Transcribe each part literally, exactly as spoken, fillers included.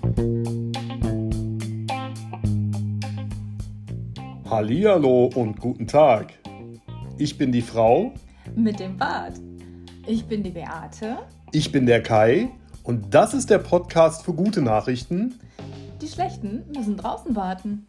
Hallihallo und guten Tag. Ich bin die Frau. Mit dem Bart. Ich bin die Beate. Ich bin der Kai. Und das ist der Podcast für gute Nachrichten. Die schlechten müssen draußen warten.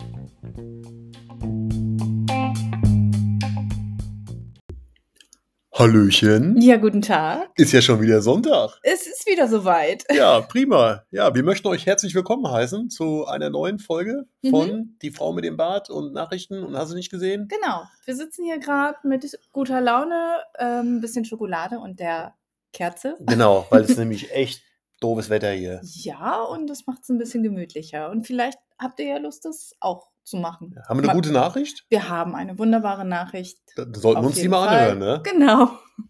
Hallöchen. Ja, guten Tag. Ist ja schon wieder Sonntag. Es ist wieder soweit. Ja, prima. Ja, wir möchten euch herzlich willkommen heißen zu einer neuen Folge von Mhm. Die Frau mit dem Bart und Nachrichten. Und hast du nicht gesehen? Genau. Wir sitzen hier gerade mit guter Laune, ein ähm, bisschen Schokolade und der Kerze. Genau, weil es nämlich echt doofes Wetter hier. Ja, und das macht es ein bisschen gemütlicher. Und vielleicht habt ihr ja Lust, das auch zu machen. Ja, haben wir eine Ma- gute Nachricht? Wir haben eine wunderbare Nachricht. Da da sollten wir Auf uns die jeden mal Fall. anhören, ne? Genau.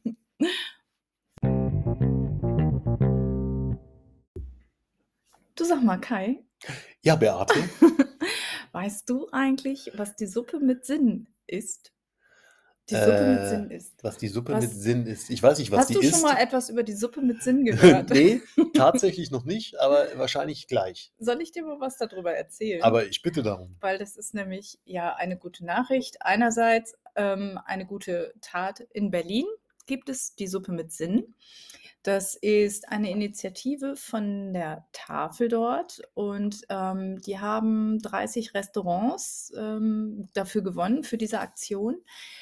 Du sag mal, Kai, Ja, Beate. weißt du eigentlich, was die Suppe mit Sinn ist? Die Suppe mit Äh, Sinn ist. was die Suppe Was- mit Sinn ist. Ich weiß nicht, was Hast die du ist. schon mal etwas über die Suppe mit Sinn gehört? Nee, tatsächlich noch nicht, aber wahrscheinlich gleich. Soll ich dir mal was darüber erzählen? Aber ich bitte darum. Weil das ist nämlich ja eine gute Nachricht. Einerseits ähm, eine gute Tat. In Berlin gibt es die Suppe mit Sinn. Das ist eine Initiative von der Tafel dort und ähm, die haben dreißig Restaurants ähm, dafür gewonnen, für diese Aktion.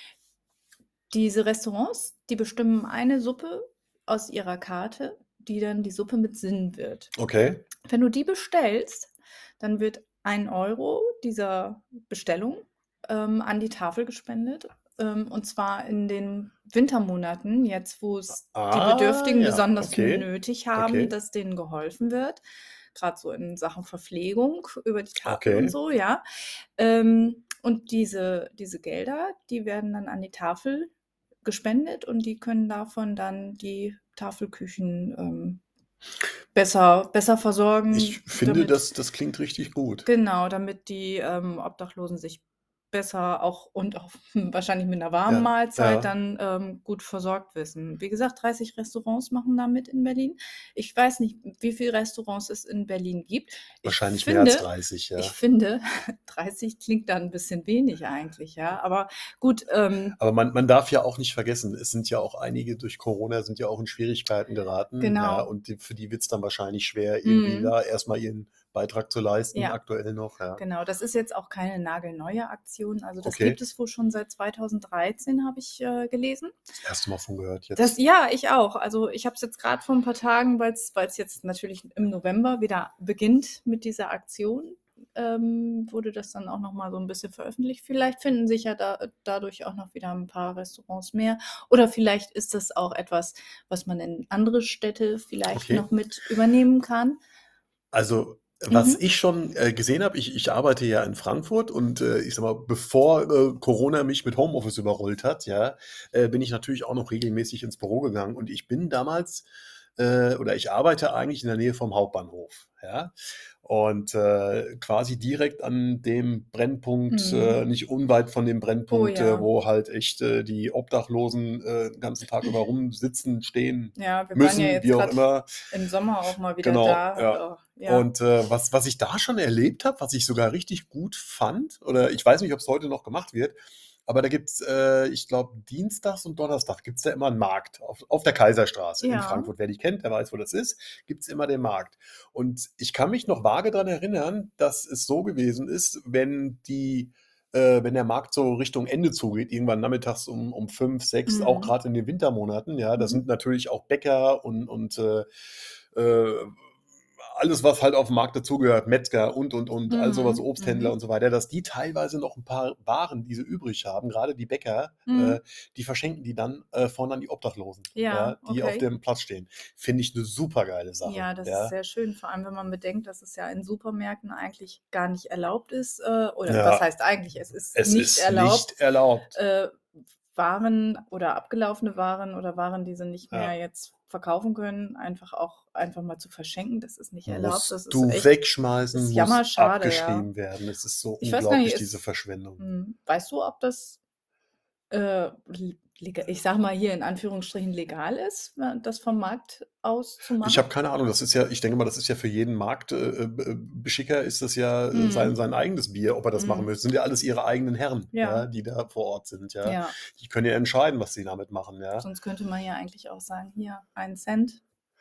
Diese Restaurants, die bestimmen eine Suppe aus ihrer Karte, die dann die Suppe mit Sinn wird. Okay. Wenn du die bestellst, dann wird ein Euro dieser Bestellung ähm, an die Tafel gespendet. Ähm, und zwar in den Wintermonaten, jetzt wo es Ah, die Bedürftigen ja, besonders okay, nötig haben, okay. dass denen geholfen wird. Gerade so in Sachen Verpflegung über die Tafel Okay. und so, ja. Ähm, und diese, diese Gelder, die werden dann an die Tafel gespendet und die können davon dann die Tafelküchen ähm, besser, besser versorgen. Ich finde, damit, das, das klingt richtig gut. Genau, damit die ähm, Obdachlosen sich besser auch und auch wahrscheinlich mit einer warmen Ja, Mahlzeit ja. dann ähm, gut versorgt wissen. Wie gesagt, dreißig Restaurants machen da mit in Berlin. Ich weiß nicht, wie viele Restaurants es in Berlin gibt. Ich Wahrscheinlich finde, mehr als dreißig, ja. Ich finde, dreißig klingt dann ein bisschen wenig eigentlich, ja. Aber gut, ähm, Aber man, man darf ja auch nicht vergessen, es sind ja auch einige durch Corona sind ja auch in Schwierigkeiten geraten. Genau. Ja, und die, für die wird es dann wahrscheinlich schwer, irgendwie Mhm. da erstmal ihren Beitrag zu leisten, Ja. aktuell noch. Ja. Genau, das ist jetzt auch keine nagelneue Aktion. Also das Okay. gibt es wohl schon seit zweitausenddreizehn, habe ich äh, gelesen. Das erste Mal von gehört jetzt. Das, ja, ich auch. Also ich habe es jetzt gerade vor ein paar Tagen, weil es jetzt natürlich im November wieder beginnt mit dieser Aktion, ähm, wurde das dann auch nochmal so ein bisschen veröffentlicht. Vielleicht finden sich ja da, dadurch auch noch wieder ein paar Restaurants mehr. Oder vielleicht ist das auch etwas, was man in andere Städte vielleicht Okay. noch mit übernehmen kann. Also, was Mhm. ich schon äh, gesehen habe, ich, ich arbeite ja in Frankfurt und äh, ich sag mal, bevor äh, Corona mich mit Homeoffice überrollt hat, ja, äh, bin ich natürlich auch noch regelmäßig ins Büro gegangen und ich bin damals äh, oder ich arbeite eigentlich in der Nähe vom Hauptbahnhof, ja. Und äh, quasi direkt an dem Brennpunkt, Mhm. äh, nicht unweit von dem Brennpunkt, Oh ja. äh, wo halt echt äh, die Obdachlosen äh, den ganzen Tag über rumsitzen, stehen Ja, wir müssen, waren ja jetzt wie auch gerade immer. im Sommer auch mal wieder Genau, da. ja. Oh, ja. Und äh, was, was ich da schon erlebt habe, was ich sogar richtig gut fand, oder ich weiß nicht, ob es heute noch gemacht wird, aber da gibt es, äh, ich glaube, dienstags und donnerstag gibt es da immer einen Markt auf, auf der Kaiserstraße in Ja. Frankfurt. Wer die kennt, der weiß, wo das ist, gibt es immer den Markt. Und ich kann mich noch vage daran erinnern, dass es so gewesen ist, wenn die äh, wenn der Markt so Richtung Ende zugeht, irgendwann nachmittags um, um fünf, sechs, auch Mhm. gerade in den Wintermonaten, ja, da Mhm. sind natürlich auch Bäcker und, und äh, äh, alles, was halt auf dem Markt dazugehört, Metzger und, und, und, all sowas, Mhm. Obsthändler Mhm. und so weiter, dass die teilweise noch ein paar Waren, die sie übrig haben, gerade die Bäcker, Mhm. äh, die verschenken die dann äh, vorne an die Obdachlosen, Ja, ja, die auf okay. dem Platz stehen. Finde ich eine super geile Sache. Ja, das ist Ja, sehr schön, vor allem wenn man bedenkt, dass es ja in Supermärkten eigentlich gar nicht erlaubt ist. Äh, oder Ja, was heißt eigentlich? Es ist es nicht ist erlaubt, nicht erlaubt. äh, Waren oder abgelaufene Waren oder Waren, die sie nicht Ja. mehr jetzt verkaufen können, einfach auch einfach mal zu verschenken. Das ist nicht erlaubt. Das Musst ist du echt, wegschmeißen, ist muss jammerschade, ja. abgeschrieben werden. Es ist so Ich weiß gar nicht, unglaublich, diese ist, Verschwendung. hm, weißt du, ob das äh, lega ich sage mal hier in Anführungsstrichen legal ist, wa das vom Markt aus zu Ich machen? habe keine Ahnung, das ist ja ich denke mal, das ist ja für jeden Markt äh, äh, B äh, Beschicker ist das ja, äh, sein Mhm. sein eigenes Bier, ob er das machen Mhm. möchte. Sind ja alles ihre eigenen Herren, Ja. ja, die da vor Ort sind, ja. Ja. Die können ja entscheiden, was sie damit machen, ja. Sonst könnte man ja eigentlich auch sagen: „Hier, einen Cent.“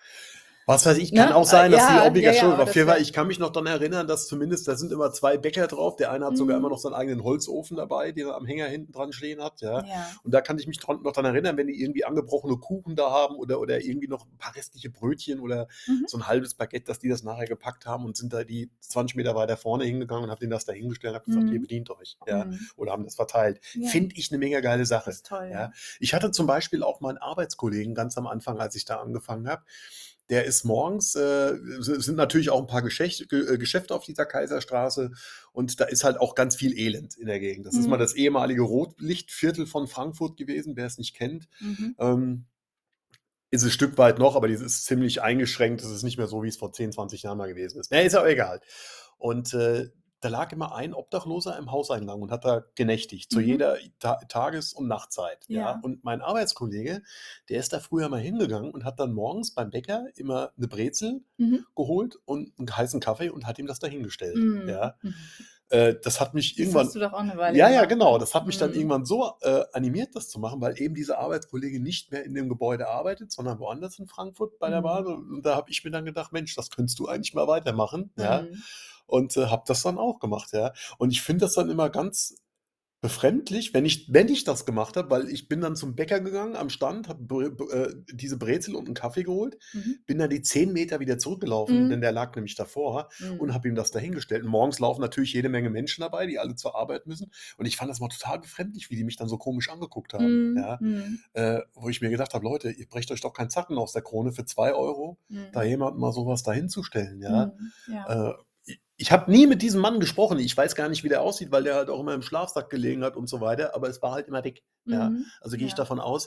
Was weiß ich, kann Ne? auch Äh, sein, dass die ja, ja, Obligation ja, aber auf das jeden Fall wäre ich kann mich noch dran erinnern, dass zumindest da sind immer zwei Bäcker drauf. Der eine hat sogar immer Mhm. noch seinen eigenen Holzofen dabei, den er am Hänger hinten dran stehen hat, ja. Ja. Und da kann ich mich dran noch dran erinnern, wenn die irgendwie angebrochene Kuchen da haben oder oder irgendwie noch 'n paar restliche Brötchen oder Mhm. so 'n halbes Baguette, dass die das nachher gepackt haben und sind da die zwanzig Meter weiter vorne hingegangen und haben denen das da hingestellt und haben gesagt: „Hier, Mhm. bedient euch“, ja, Mhm. oder haben das verteilt. Ja. Finde ich 'ne mega geile Sache, Ist toll, ja. ja. Ich hatte zum Beispiel auch mal 'n Arbeitskollegen ganz am Anfang, als ich da angefangen habe. Der ist morgens äh, s sind natürlich auch 'n paar Geschächt Ge äh, Geschäfte auf dieser Kaiserstraße und da ist halt auch ganz viel Elend in der Gegend. Das ist mal Mhm. das ehemalige Rotlichtviertel von Frankfurt gewesen, wer's nicht kennt. Mhm. Ähm ist 'n Stück weit noch, aber das ist ziemlich eingeschränkt. Das ist nicht mehr so, wie's vor zehn, zwanzig Jahren mal gewesen ist. Na ja, ist auch egal. Und, äh, da lag immer ein Obdachloser im Hauseingang und hat da genächtigt zu Mhm. jeder Ta Tages und Nachtzeit, ja. Ja. Und mein Arbeitskollege, der ist da früher mal hingegangen und hat dann morgens beim Bäcker immer 'ne Brezel Mhm. geholt und 'n heißen Kaffee und hat ihm das da hingestellt, Mhm. ja. Mhm. Äh, das hat mich Das hast irgendwann du doch auch 'ne Weile ja, ja, gemacht, genau. ne? Das hat mich dann Mhm. irgendwann so, äh, animiert, das zu machen, weil eben dieser Arbeitskollege nicht mehr in dem Gebäude arbeitet, sondern woanders in Frankfurt bei der Bahn. Mhm. Und und da habe ich mir dann gedacht: „Mensch, das könntest du eigentlich mal weitermachen“, ja. Mhm. Und, äh, habe das dann auch gemacht, ja. Und ich finde das dann immer ganz befremdlich, wenn ich wenn ich das gemacht habe, weil ich bin dann zum Bäcker gegangen am Stand, habe Bre b äh, diese Brezel und 'n Kaffee geholt, Mhm. bin dann die zehn Meter wieder zurückgelaufen, denn Mhm. der lag nämlich davor und Mhm. habe ihm das da hingestellt. Und morgens laufen natürlich jede Menge Menschen dabei, die alle zur Arbeit müssen. Und ich fand das mal total befremdlich, wie die mich dann so komisch angeguckt haben, Mhm. ja. Mhm. Äh, wo ich mir gedacht habe: „Leute, ihr brecht euch doch keinen Zacken aus der Krone für zwei Euro da Mhm. jemandem mal so was dahinzustellen“, ja. Mhm. Ja. Äh, i ich habe nie mit diesem Mann gesprochen. Ich weiß gar nicht, wie der aussieht, weil der halt auch immer im Schlafsack gelegen hat und so weiter, aber es war halt immer weg, ja. Mhm. Also, gehe ich Ja. davon aus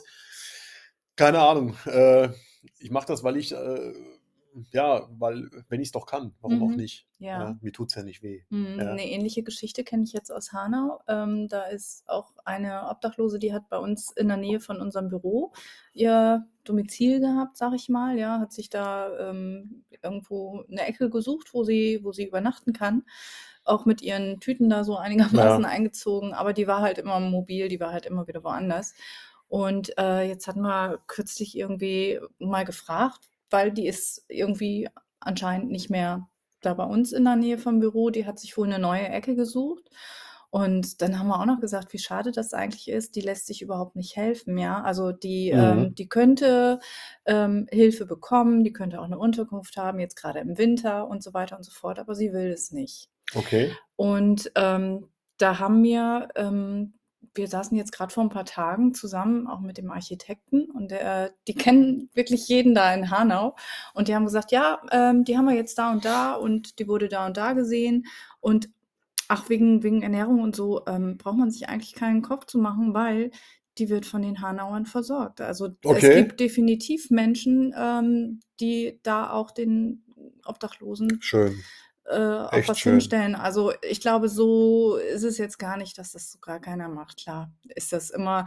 keine Ahnung, äh, ich mache das, weil ich, äh ja, weil wenn ich's doch kann, warum auch Mhm. nicht, Ja. ja? Mir tut's ja nicht weh, Mhm. ja. 'Ne ähnliche Geschichte kenne ich jetzt aus Hanau. Ähm, da ist auch eine Obdachlose, die hat bei uns in der Nähe von unserem Büro ihr Domizil gehabt, sage ich mal, ja, hat sich da, ähm, irgendwo 'ne Ecke gesucht, wo sie wo sie übernachten kann, auch mit ihren Tüten da so einigermaßen Ja. eingezogen, aber die war halt immer mobil, die war halt immer wieder woanders. Und, äh, jetzt hatten wir kürzlich irgendwie mal gefragt, weil die ist irgendwie anscheinend nicht mehr da bei uns in der Nähe vom Büro, die hat sich wohl 'ne neue Ecke gesucht. Und dann haben wir auch noch gesagt, wie schade das eigentlich ist, die lässt sich überhaupt nicht helfen, ja. Also, die ähm, Mhm. die könnte, ähm, Hilfe bekommen, die könnte auch 'ne Unterkunft haben, jetzt grade im Winter und so weiter und so fort, aber sie will es nicht. Okay. Und, ähm, da haben wir ähm, wir saßen jetzt grad vor 'n paar Tagen zusammen, auch mit dem Architekten und der die kennen wirklich jeden da in Hanau und die haben gesagt: „Ja, ähm, die haben wir jetzt da und da und die wurde da und da gesehen und ach, wegen wegen Ernährung und so, ähm, braucht man sich eigentlich keinen Kopf zu machen, weil die wird von den Hanauern versorgt.“ Also, es Okay. gibt definitiv Menschen, ähm, die da auch den Obdachlosen, Schön. äh, auch Echt was schön. hinstellen. Also, ich glaube, so ist es jetzt gar nicht, dass das so gar keiner macht. Klar ist das immer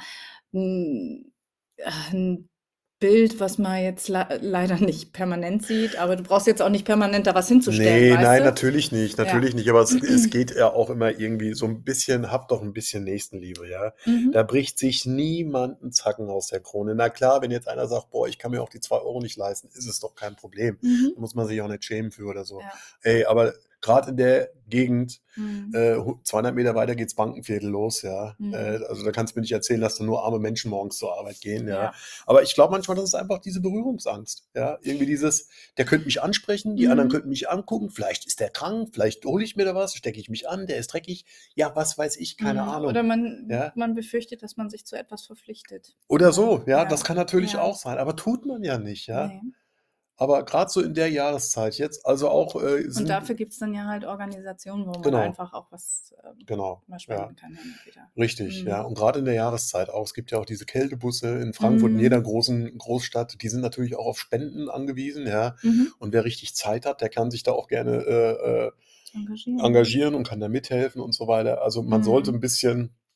'n äh, 'n Bild, was man jetzt lei leider nicht permanent sieht, aber du brauchst jetzt auch nicht permanent da was hinzustellen, Ne, weißt nein, du? natürlich nicht, Ja. natürlich nicht, aber es es geht ja auch immer irgendwie so 'n bisschen habt doch 'n bisschen Nächstenliebe, ja? Mhm. Da bricht sich niemand 'n Zacken aus der Krone. Na klar, wenn jetzt einer sagt: „Boah, ich kann mir auch die zwei Euro nicht leisten“, ist es doch kein Problem. Mhm. Da muss man sich auch nicht schämen für oder so. Ja. Ey, aber grad in der Gegend, Mhm. äh, hu zweihundert Meter weiter geht's Bankenviertel los, ja? Mhm. Äh, also, da kannst du mir nicht erzählen, dass da nur arme Menschen morgens zur Arbeit gehen, ja? Ja. Aber ich glaube manchmal, das ist einfach diese Berührungsangst, ja? Irgendwie dieses: „Der könnte mich ansprechen, die anderen Mhm. könnten mich angucken, vielleicht ist der krank, vielleicht hole ich mir da was, stecke ich mich an, der ist dreckig.“ Ja, was weiß ich, keine Mhm. Oder Ahnung, man ja? man befürchtet, dass man sich zu etwas verpflichtet und Oder dann so, ja, das ja, kann natürlich ja. auch sein, aber tut man ja nicht, ja? Ne. Aber grad so in der Jahreszeit jetzt also, auch, äh, Und sind dafür gibt's dann ja halt Organisationen, wo man Genau. einfach auch was, ähm, Genau, mal ja. spenden kann hin und wieder. Richtig, ja. Mhm. Und grad in der Jahreszeit auch. Es gibt ja auch diese Kältebusse in Frankfurt, in jeder Mhm. großen Großstadt, die sind natürlich auch auf Spenden angewiesen, ja? Mhm. Und wer richtig Zeit hat, der kann sich da auch gerne, äh, äh, Engagieren, ja. engagieren und kann da mithelfen und so weiter. Also, man sollte Mhm. 'n bisschen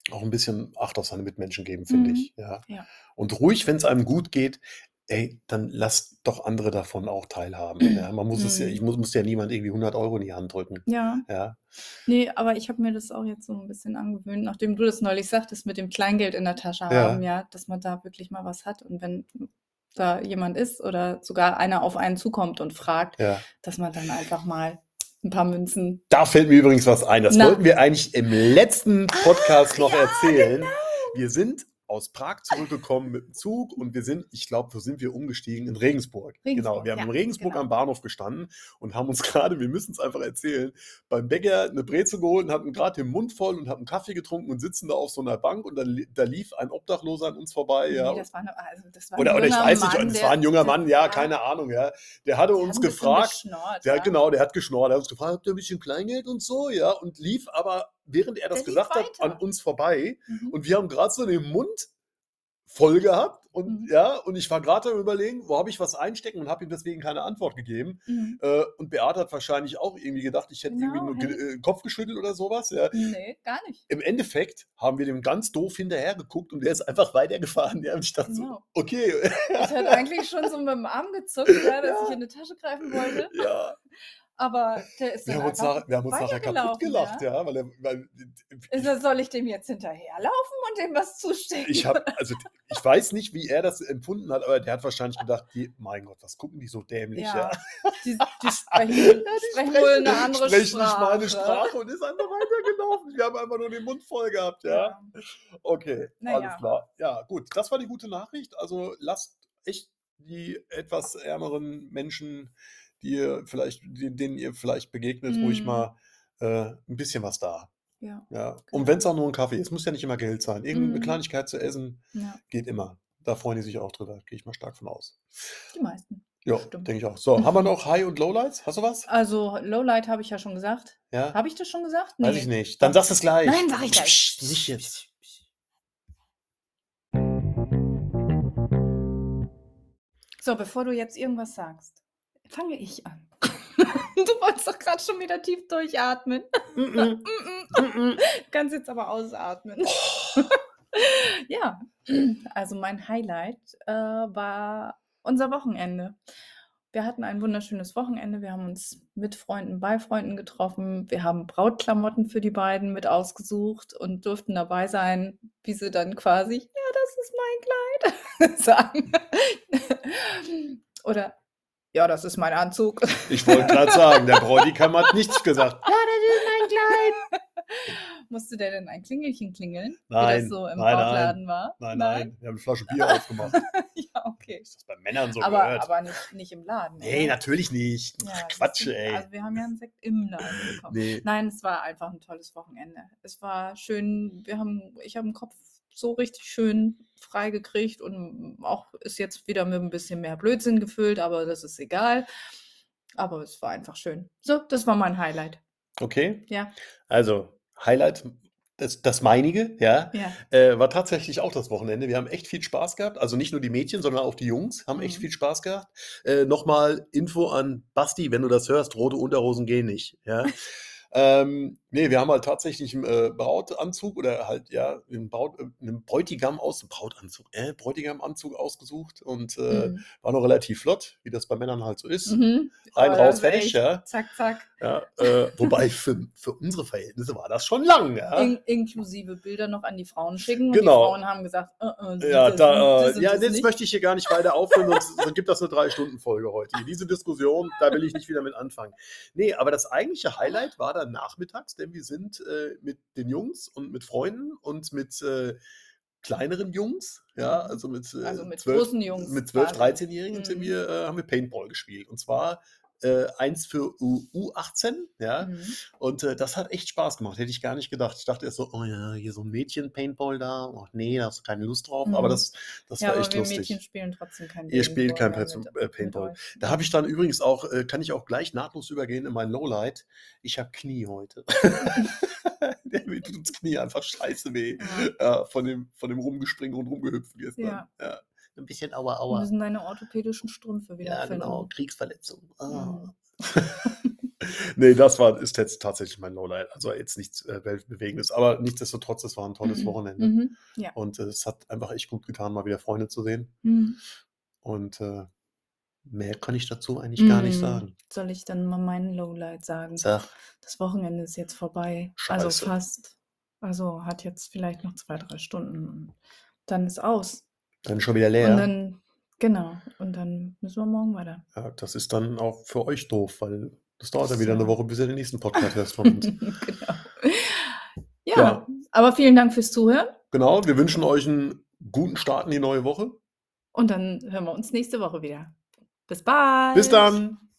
auch ein bisschen Acht auf seine Mitmenschen geben, finde Mhm. ich, ja. Ja. Und ruhig, wenn es einem gut geht, ey, dann lasst doch andere davon auch teilhaben, ja. Man muss es ja Mhm. ich muss muss ja niemand irgendwie hundert Euro in die Hand drücken, Ja. ja. Ne, aber ich habe mir das auch jetzt so 'n bisschen angewöhnt, nachdem du das neulich sagtest mit dem Kleingeld in der Tasche haben, Ja. ja, dass man da wirklich mal was hat und wenn da jemand ist oder sogar einer auf einen zukommt und fragt, Ja. dass man dann einfach mal 'n paar Münzen Da fällt mir übrigens was ein. Das Na. wollten wir eigentlich im letzten Podcast Ach noch ja, erzählen. genau. Wir sind aus Prag zurückgekommen mit'm Zug und wir sind ich glaube, wo sind wir umgestiegen? In Regensburg. Genau, Regensburg, wir haben ja, in Regensburg genau. am Bahnhof gestanden und haben uns grade wir müssen's einfach erzählen, beim Bäcker 'ne Brezel geholt und hatten grad den Mund voll und hatten Kaffee getrunken und sitzen da auf so 'ner Bank und dann li da lief ein Obdachloser an uns vorbei, ja. Ne, das war 'ne also, das war 'n Oder oder ich junger weiß nicht, Mann, das der war 'n junger der Mann, ja, ja. keine Ahnung, ja. Der hatte Der uns hat 'n bisschen gefragt geschnorrt, ja ja. genau, der hat geschnorrt. Der hat uns gefragt: „Habt ihr 'n bisschen Kleingeld und so?“ Ja, und lief aber, während er Der das lief gesagt hat, an weiter. uns vorbei Mhm. und wir haben grad so den Mund voll gehabt und Mhm. ja, und ich war grad am Überlegen, wo habe ich was einstecken und habe ihm deswegen keine Antwort gegeben. Mhm. Äh, und Beate hat wahrscheinlich auch irgendwie gedacht, ich hätte irgendwie Genau, nur ge hey. äh, Kopf geschüttelt oder so was, ja. Ne, gar nicht. Im Endeffekt haben wir dem ganz doof hinterhergeguckt und der ist einfach weitergefahren, ja. Und ich dachte so: Genau. „Okay.“ Ich hatte eigentlich schon so mit'm Arm gezuckt, ja, dass ich Ja. in 'ne Tasche greifen wollte. Ja. Aber der ist Wir dann haben uns einfach nach wir haben uns nachher kaputt weitergelaufen, gelacht, ja. ja, weil er weil Ich so: „Soll ich dem jetzt hinterherlaufen und dem was zustecken?“ Ich habe also, d ich weiß nicht, wie er das empfunden hat, aber der hat wahrscheinlich gedacht: „Die mein Gott, was gucken die so dämlich“, ja. Ja, die die Ja, sprechen die sprechen wohl 'ne sprechen andere sprechen nicht meine Sprache. Sprache und ist einfach weitergelaufen. Wir haben einfach nur den Mund voll gehabt, ja. Ja. Okay, Na alles ja. klar. Ja, gut, das war die gute Nachricht. Also, lasst echt die etwas ärmeren Menschen, die ihr vielleicht de denen ihr vielleicht begegnet, ruhig Mhm. mal, äh, 'n bisschen was da. Ja, Ja, und genau. wenn's auch nur 'n Kaffee ist, muss ja nicht immer Geld sein. Irgend 'ne Mhm. Kleinigkeit zu essen Ja. geht immer. Da freuen die sich auch drüber, gehe ich mal stark von aus. Die meisten, Ja, bestimmt. denke ich auch. So, haben wir noch High und Lowlights? Hast du was? Also, Lowlight habe ich ja schon gesagt. Ja? Habe ich das schon gesagt? Weiß ich Ne. nicht. Dann Doch. sag's es gleich. Nein, sage ich gleich. Nicht jetzt. So, bevor du jetzt irgendwas sagst, fange ich an. Du wolltest doch grad schon wieder tief durchatmen. M-m. M-m. Kannst jetzt aber ausatmen. Oh. Ja, also, mein Highlight, äh, war unser Wochenende. Wir hatten ein wunderschönes Wochenende. Wir haben uns mit Freunden bei Freunden getroffen. Wir haben Brautklamotten für die beiden mit ausgesucht und durften dabei sein, wie sie dann quasi: „Ja, das ist mein Kleid“, sagen. Oder: „Ja, das ist mein Anzug.“ Ich wollte grad sagen, der Bräutigam hat nichts gesagt. „Ja, das ist mein Kleid.“ Musste der denn ein Klingelchen klingeln, wie das Nein, so im nein, nein. Brautladen war? Nein, Nein? nein, wir haben 'ne Flasche Bier aufgemacht. Ja, okay. Wie sich das bei Männern so Aber gehört. aber nicht nicht im Laden, Ne, oder? natürlich nicht. Ja, Ach, siehst Quatsch, du? ey. Also, wir haben ja 'n Sekt im Laden bekommen. Ne. Nein, es war einfach 'n tolles Wochenende. Es war schön. Wir haben ich habe 'n Kopf so richtig schön frei gekriegt und auch ist jetzt wieder mit 'n bisschen mehr Blödsinn gefüllt, aber das ist egal. Aber es war einfach schön. So, das war mein Highlight. Okay. Ja. Also, Highlight, das das meinige, ja, Ja. äh, war tatsächlich auch das Wochenende. Wir haben echt viel Spaß gehabt. Also, nicht nur die Mädchen, sondern auch die Jungs haben echt Mhm. viel Spaß gehabt. Äh, noch mal Info an Basti, wenn du das hörst, rote Unterhosen gehen nicht, ja? Ähm, ne, wir haben halt tatsächlich 'n, äh, Brautanzug oder halt, ja, 'n Braut äh, 'nen Bräutigam aus Brautanzug, äh, Bräutigamanzug ausgesucht und, äh, Mhm. war noch relativ flott, wie das bei Männern halt so ist. Mhm. Oh, Rein, das raus, ist fertig, echt ja. zack, zack. Ja, äh, wobei für für unsere Verhältnisse war das schon lang, ja. In inklusive Bilder noch an die Frauen schicken und die Genau. Frauen haben gesagt: „Äh, äh, Ja, das und da, das äh und ja, das das nicht.“ möchte ich hier gar nicht weiter aufführen, sonst sonst gibt das 'ne drei Stunden Folge heute hier. Diese Diskussion, da will ich nicht wieder mit anfangen. Ne, aber das eigentliche Highlight war dann nachmittags, denn wir sind, äh, mit den Jungs und mit Freunden und mit, äh, kleineren Jungs, ja, Mhm. also, mit, Also, äh, mit zwölf großen Jungs mit zwölf, quasi. Dreizehnjährigen sind Mhm. wir äh, haben wir Paintball gespielt. Und zwar, äh, eins für U U18, ja? Mhm. Und, äh, das hat echt Spaß gemacht, hätte ich gar nicht gedacht. Ich dachte erst so: „Oh ja, hier so 'n Mädchen-Paintball da. Ach ne, da hast du keine Lust drauf.“ Aber Mhm. das das Ja, war aber echt wir Mädchen lustig. spielen trotzdem kein Ihr spielt Paintball kein mehr Pets mit äh, mit Paintball. euch. Da habe ich Mhm. dann übrigens auch äh, kann ich auch gleich nahtlos übergehen in mein Lowlight. Ich habe Knie heute. Ja, mir tut's Knie einfach scheiße weh, Ja. ja, von dem von dem Rumgespringe und Rumgehüpfen gestern. Ja. Ja. 'n bisschen Aua, Wir Aua. müssen deine orthopädischen Strümpfe Ja, genau, wiederfinden. Kriegsverletzung. Ah. Mhm. Ne, das war ist jetzt tatsächlich mein Lowlight. Also, jetzt nichts, äh, Weltbewegendes, aber nichtsdestotrotz, es war 'n tolles Wochenende. Mhm. Ja. Und, äh, es hat einfach echt gut getan, mal wieder Freunde zu sehen. Mhm. Und, äh, mehr kann ich dazu eigentlich gar nicht Mhm. sagen. Soll ich dann mal meinen Lowlight sagen? Sag. Das Wochenende ist jetzt vorbei. Also, Scheiße. fast. Also, hat jetzt vielleicht noch zwei, drei Stunden und dann ist aus. Dann schon wieder Und leer? dann genau, und dann müssen wir morgen weiter. Ja, das ist dann auch für euch doof, weil das dauert ja Das wieder 'ne ja Woche, bis ihr den nächsten Podcast hörst von uns. Genau. Ja, Ja. aber vielen Dank fürs Zuhören. Genau, wir wünschen euch 'n guten Start in die neue Woche. Und dann hören wir uns nächste Woche wieder. Bis Bis bald. dann.